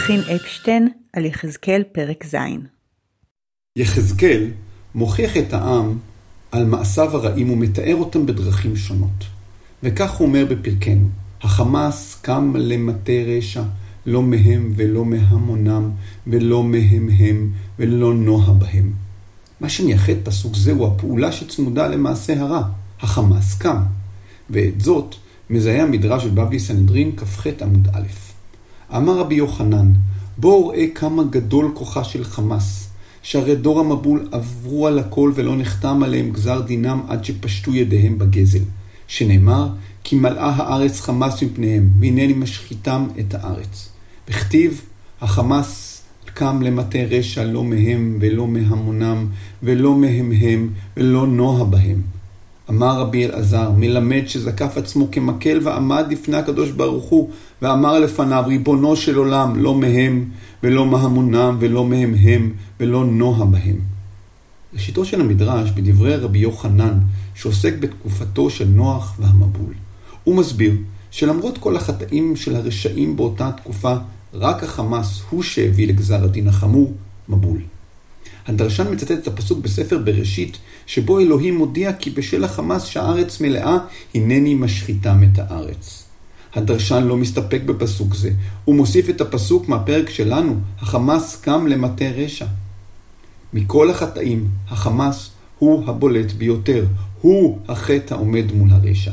חין אפשטיין על יחזקאל פרק ז'. יחזקאל מוכיח את העם על מעשיו הרעים ומתאר אותם בדרכים שונות. וכך הוא אומר בפרקנו: החמאס קם למטה רשע, לא מהם ולא מהמונם, ולא מהם הם ולא נוה בהם. מה שמייחד פסוק זה הוא הפעולה שצמודה למעשה הרע. החמאס קם. ואת זאת מזהה המדרש בבבלי סנהדרין כ"ח עמוד א'. אמר רבי יוחנן, בואו ראה כמה גדול כוחה של חמאס, שהרי דור המבול עברו על הכל ולא נחתם עליהם גזר דינם עד שפשטו ידיהם בגזל, שנאמר, כי מלאה הארץ חמאס מפניהם, והנני משחיתם את הארץ. וכתיב, החמאס קם למטה רשע, לא מהם ולא מהמונם, ולא מהם הם ולא נוה בהם. אמר רבי אלעזר, מלמד שזקף עצמו כמקל ועמד לפני הקדוש ברוך הוא, ואמר לפניו, ריבונו של עולם, לא מהם ולא מהמונם ולא מהם הם ולא נוה בהם. ראשיתו של המדרש בדברי רבי יוחנן, שעוסק בתקופתו של נוח והמבול. הוא מסביר שלמרות כל החטאים של הרשעים באותה תקופה, רק החמאס הוא שהביא לגזר הדין החמור, מבול. הדרשן מצטט את הפסוק בספר בראשית, שבו אלוהים מודיע כי בשל החמאס שהארץ מלאה, הנני משחיתם את הארץ. הדרשן לא מסתפק בפסוק זה, הוא מוסיף את הפסוק מהפרק שלנו, החמאס קם למטה רשע. מכל החטאים, החמאס הוא הבולט ביותר, הוא החטא העומד מול הרשע.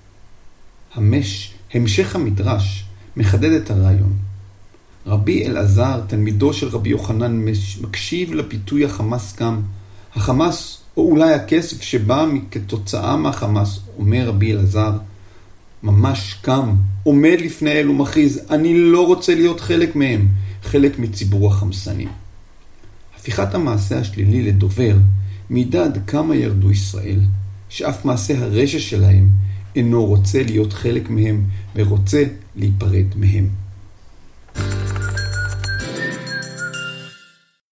המשך המדרש מחדד את הרעיון. רבי אלעזר, תלמידו של רבי יוחנן, מקשיב לפיתוי החמאס קם. החמאס, או אולי הכסף שבא כתוצאה מהחמאס, אומר רבי אלעזר, ממש קם, עומד לפני אל ומכריז, אני לא רוצה להיות חלק מהם, חלק מציבור החמסנים. הפיכת המעשה השלילי לדובר, מעידה עד כמה ירדו ישראל, שאף מעשה הרשע שלהם אינו רוצה להיות חלק מהם, ורוצה להיפרד מהם.